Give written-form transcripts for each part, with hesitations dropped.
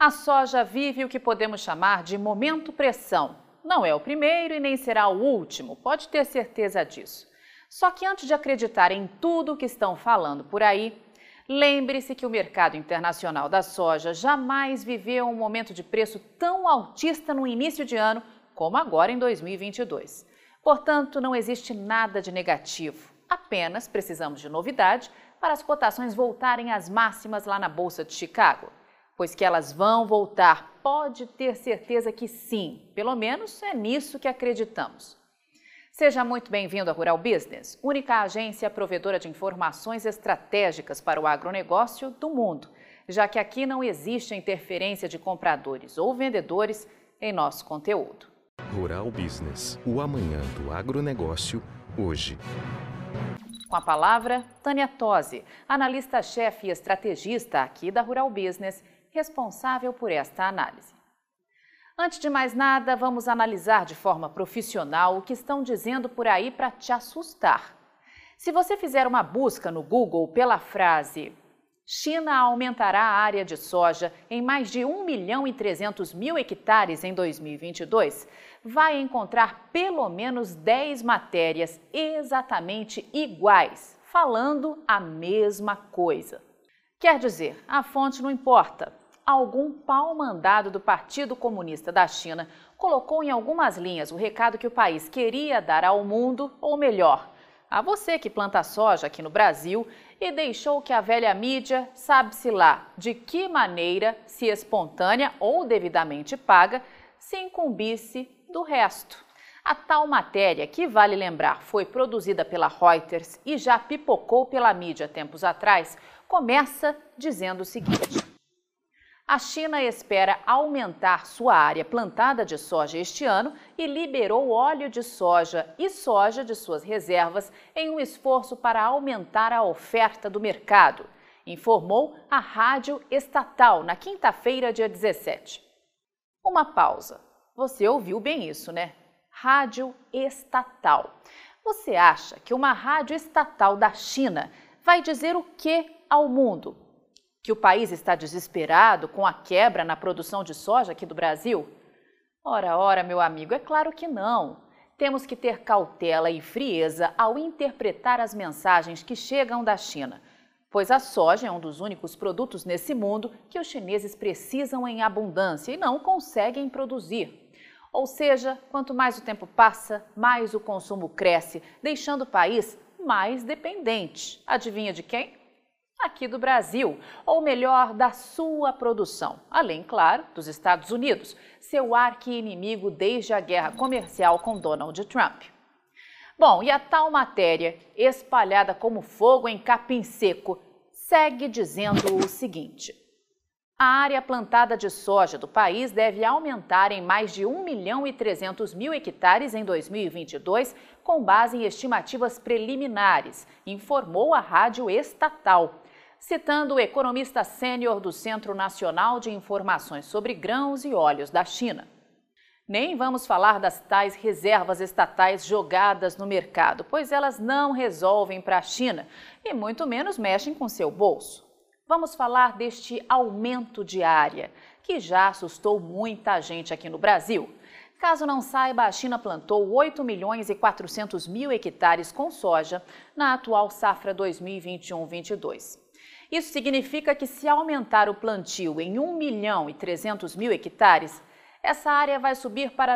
A soja vive o que podemos chamar de momento pressão. Não é o primeiro e nem será o último, pode ter certeza disso. Só que antes de acreditar em tudo o que estão falando por aí, lembre-se que o mercado internacional da soja jamais viveu um momento de preço tão altista no início de ano como agora em 2022. Portanto, não existe nada de negativo, apenas precisamos de novidade para as cotações voltarem às máximas lá na Bolsa de Chicago. Pois que elas vão voltar, pode ter certeza que sim, pelo menos é nisso que acreditamos. Seja muito bem-vindo à Rural Business, única agência provedora de informações estratégicas para o agronegócio do mundo, já que aqui não existe interferência de compradores ou vendedores em nosso conteúdo. Rural Business, o amanhã do agronegócio, hoje. Com a palavra, Tânia Tosi, analista-chefe e estrategista aqui da Rural Business, responsável por esta análise. Antes de mais nada, vamos analisar de forma profissional o que estão dizendo por aí para te assustar. Se você fizer uma busca no Google pela frase China aumentará a área de soja em mais de 1.300.000 hectares em 2022, vai encontrar pelo menos 10 matérias exatamente iguais, falando a mesma coisa. Quer dizer, a fonte não importa. Algum pau-mandado do Partido Comunista da China colocou em algumas linhas o recado que o país queria dar ao mundo, ou melhor, a você que planta soja aqui no Brasil e deixou que a velha mídia, sabe-se lá de que maneira, se espontânea ou devidamente paga, se incumbisse do resto. A tal matéria, que vale lembrar, foi produzida pela Reuters e já pipocou pela mídia tempos atrás, começa dizendo o seguinte: a China espera aumentar sua área plantada de soja este ano e liberou óleo de soja e soja de suas reservas em um esforço para aumentar a oferta do mercado, informou a rádio estatal na quinta-feira, dia 17. Uma pausa. Você ouviu bem isso, né? Rádio estatal. Você acha que uma rádio estatal da China vai dizer o que ao mundo? Que o país está desesperado com a quebra na produção de soja aqui do Brasil? Ora, meu amigo, é claro que não. Temos que ter cautela e frieza ao interpretar as mensagens que chegam da China, pois a soja é um dos únicos produtos nesse mundo que os chineses precisam em abundância e não conseguem produzir. Ou seja, quanto mais o tempo passa, mais o consumo cresce, deixando o país mais dependente. Adivinha de quem? Aqui do Brasil, ou melhor, da sua produção, além, claro, dos Estados Unidos, seu arqui-inimigo desde a guerra comercial com Donald Trump. Bom, e a tal matéria, espalhada como fogo em capim seco, segue dizendo o seguinte: a área plantada de soja do país deve aumentar em mais de 1.300.000 hectares em 2022, com base em estimativas preliminares, informou a rádio estatal, citando o economista sênior do Centro Nacional de Informações sobre Grãos e Óleos da China. Nem vamos falar das tais reservas estatais jogadas no mercado, pois elas não resolvem para a China e muito menos mexem com seu bolso. Vamos falar deste aumento de área, que já assustou muita gente aqui no Brasil. Caso não saiba, a China plantou 8.400.000 hectares com soja na atual safra 2021-22. Isso significa que se aumentar o plantio em 1.300.000 hectares, essa área vai subir para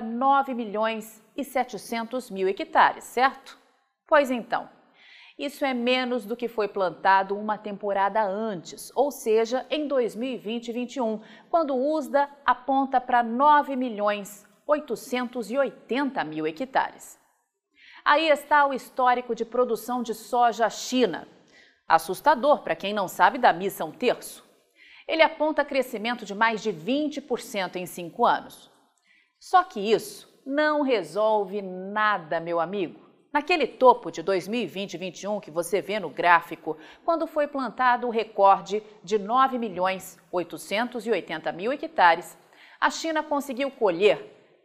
9.700.000 hectares, certo? Pois então, isso é menos do que foi plantado uma temporada antes, ou seja, em 2020-21, quando o USDA aponta para 9.880.000 hectares. Aí está o histórico de produção de soja China. Assustador para quem não sabe da missa um terço. Ele aponta crescimento de mais de 20% em 5 anos. Só que isso não resolve nada, meu amigo. Naquele topo de 2020-21 que você vê no gráfico, quando foi plantado o recorde de 9.880.000 hectares, a China conseguiu colher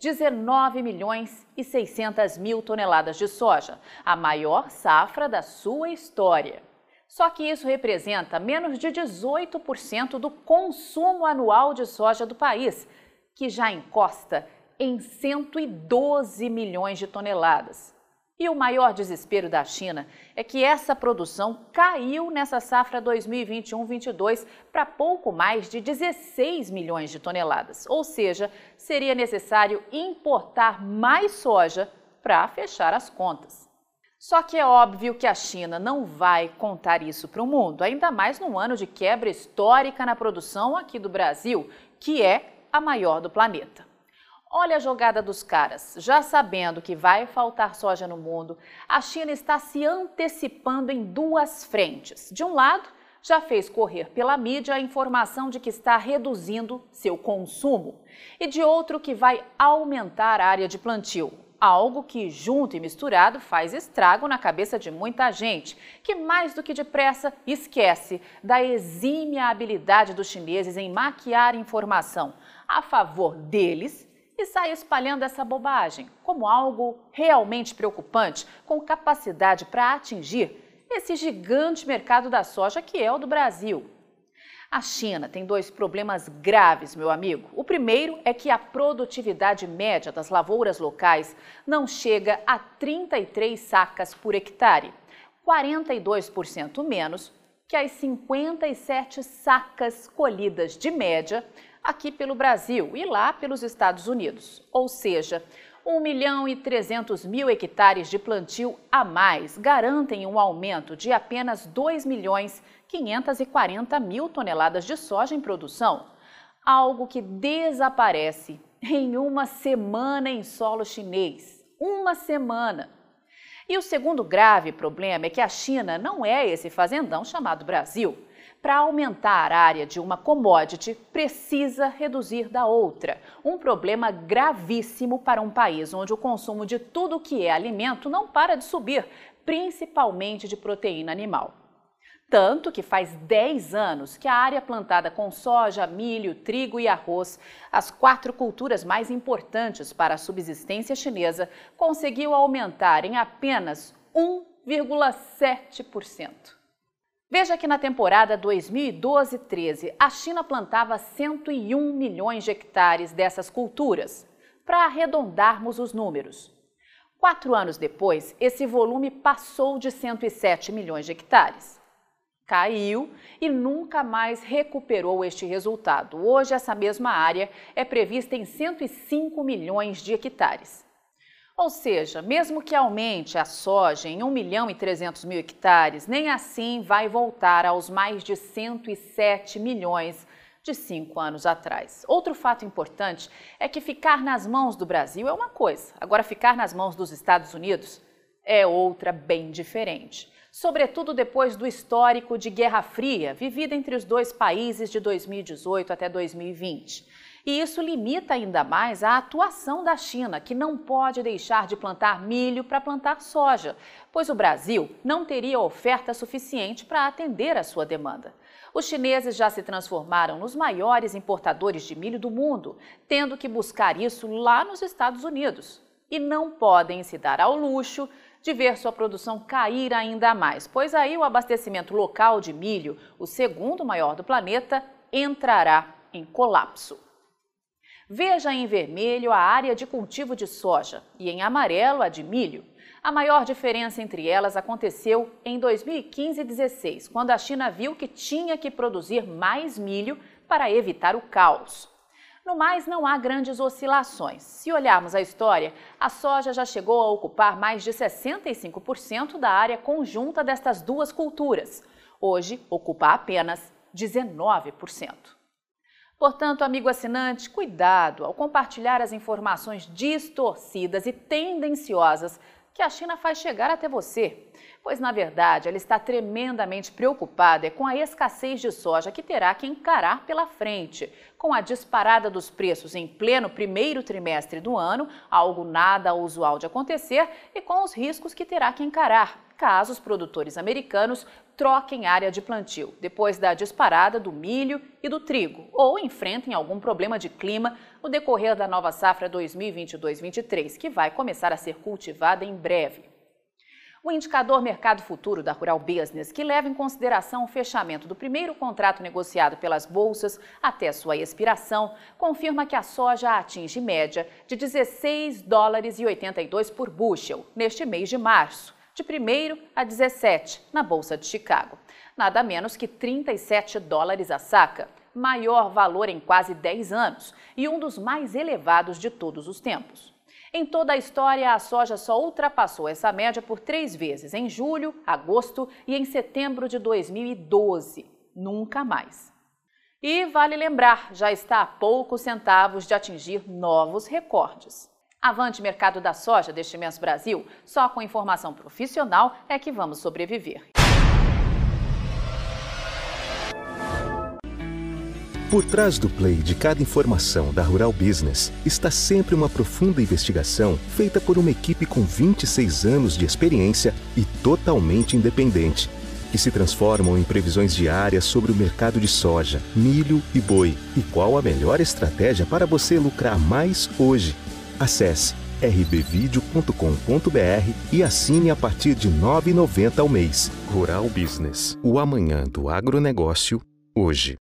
19.600.000 toneladas de soja, a maior safra da sua história. Só que isso representa menos de 18% do consumo anual de soja do país, que já encosta em 112 milhões de toneladas. E o maior desespero da China é que essa produção caiu nessa safra 2021-22 para pouco mais de 16 milhões de toneladas. Ou seja, seria necessário importar mais soja para fechar as contas. Só que é óbvio que a China não vai contar isso para o mundo, ainda mais num ano de quebra histórica na produção aqui do Brasil, que é a maior do planeta. Olha a jogada dos caras. Já sabendo que vai faltar soja no mundo, a China está se antecipando em duas frentes. De um lado, já fez correr pela mídia a informação de que está reduzindo seu consumo. E de outro, que vai aumentar a área de plantio. Algo que, junto e misturado, faz estrago na cabeça de muita gente, que mais do que depressa esquece da exímia habilidade dos chineses em maquiar informação a favor deles e sai espalhando essa bobagem como algo realmente preocupante, com capacidade para atingir esse gigante mercado da soja que é o do Brasil. A China tem dois problemas graves, meu amigo. O primeiro é que a produtividade média das lavouras locais não chega a 33 sacas por hectare, 42% menos que as 57 sacas colhidas de média aqui pelo Brasil e lá pelos Estados Unidos. Ou seja, 1.300.000 hectares de plantio a mais garantem um aumento de apenas 2.540.000 toneladas de soja em produção, algo que desaparece em uma semana em solo chinês. Uma semana! E o segundo grave problema é que a China não é esse fazendão chamado Brasil. Para aumentar a área de uma commodity, precisa reduzir da outra. Um problema gravíssimo para um país onde o consumo de tudo que é alimento não para de subir, principalmente de proteína animal. Tanto que faz 10 anos que a área plantada com soja, milho, trigo e arroz, as 4 culturas mais importantes para a subsistência chinesa, conseguiu aumentar em apenas 1,7%. Veja que na temporada 2012-13, a China plantava 101 milhões de hectares dessas culturas. Para arredondarmos os números, 4 anos depois, esse volume passou de 107 milhões de hectares. Caiu e nunca mais recuperou este resultado. Hoje, essa mesma área é prevista em 105 milhões de hectares. Ou seja, mesmo que aumente a soja em 1.300.000 hectares, nem assim vai voltar aos mais de 107 milhões de 5 anos atrás. Outro fato importante é que ficar nas mãos do Brasil é uma coisa, agora ficar nas mãos dos Estados Unidos é outra bem diferente. Sobretudo depois do histórico de Guerra Fria, vivida entre os dois países de 2018 até 2020. E isso limita ainda mais a atuação da China, que não pode deixar de plantar milho para plantar soja, pois o Brasil não teria oferta suficiente para atender a sua demanda. Os chineses já se transformaram nos maiores importadores de milho do mundo, tendo que buscar isso lá nos Estados Unidos. E não podem se dar ao luxo de ver sua produção cair ainda mais, pois aí o abastecimento local de milho, o segundo maior do planeta, entrará em colapso. Veja em vermelho a área de cultivo de soja e em amarelo a de milho. A maior diferença entre elas aconteceu em 2015 e 2016, quando a China viu que tinha que produzir mais milho para evitar o caos. No mais, não há grandes oscilações. Se olharmos a história, a soja já chegou a ocupar mais de 65% da área conjunta destas duas culturas. Hoje, ocupa apenas 19%. Portanto, amigo assinante, cuidado ao compartilhar as informações distorcidas e tendenciosas que a China faz chegar até você, pois, na verdade, ela está tremendamente preocupada com a escassez de soja que terá que encarar pela frente, com a disparada dos preços em pleno primeiro trimestre do ano, algo nada usual de acontecer, e com os riscos que terá que encarar, caso os produtores americanos troquem área de plantio, depois da disparada do milho e do trigo, ou enfrentem algum problema de clima no decorrer da nova safra 2022-23, que vai começar a ser cultivada em breve. O indicador Mercado Futuro da Rural Business, que leva em consideração o fechamento do primeiro contrato negociado pelas bolsas até sua expiração, confirma que a soja atinge média de $16,82 por bushel neste mês de março, de 1º a 17 na Bolsa de Chicago. Nada menos que $37 a saca, maior valor em quase 10 anos e um dos mais elevados de todos os tempos. Em toda a história, a soja só ultrapassou essa média por 3 vezes, em julho, agosto e em setembro de 2012. Nunca mais. E vale lembrar, já está a poucos centavos de atingir novos recordes. Avante mercado da soja deste mês Brasil, só com informação profissional é que vamos sobreviver. Por trás do play de cada informação da Rural Business está sempre uma profunda investigação feita por uma equipe com 26 anos de experiência e totalmente independente, que se transformam em previsões diárias sobre o mercado de soja, milho e boi e qual a melhor estratégia para você lucrar mais hoje. Acesse rbvideo.com.br e assine a partir de R$ 9,90 ao mês. Rural Business, o amanhã do agronegócio, hoje.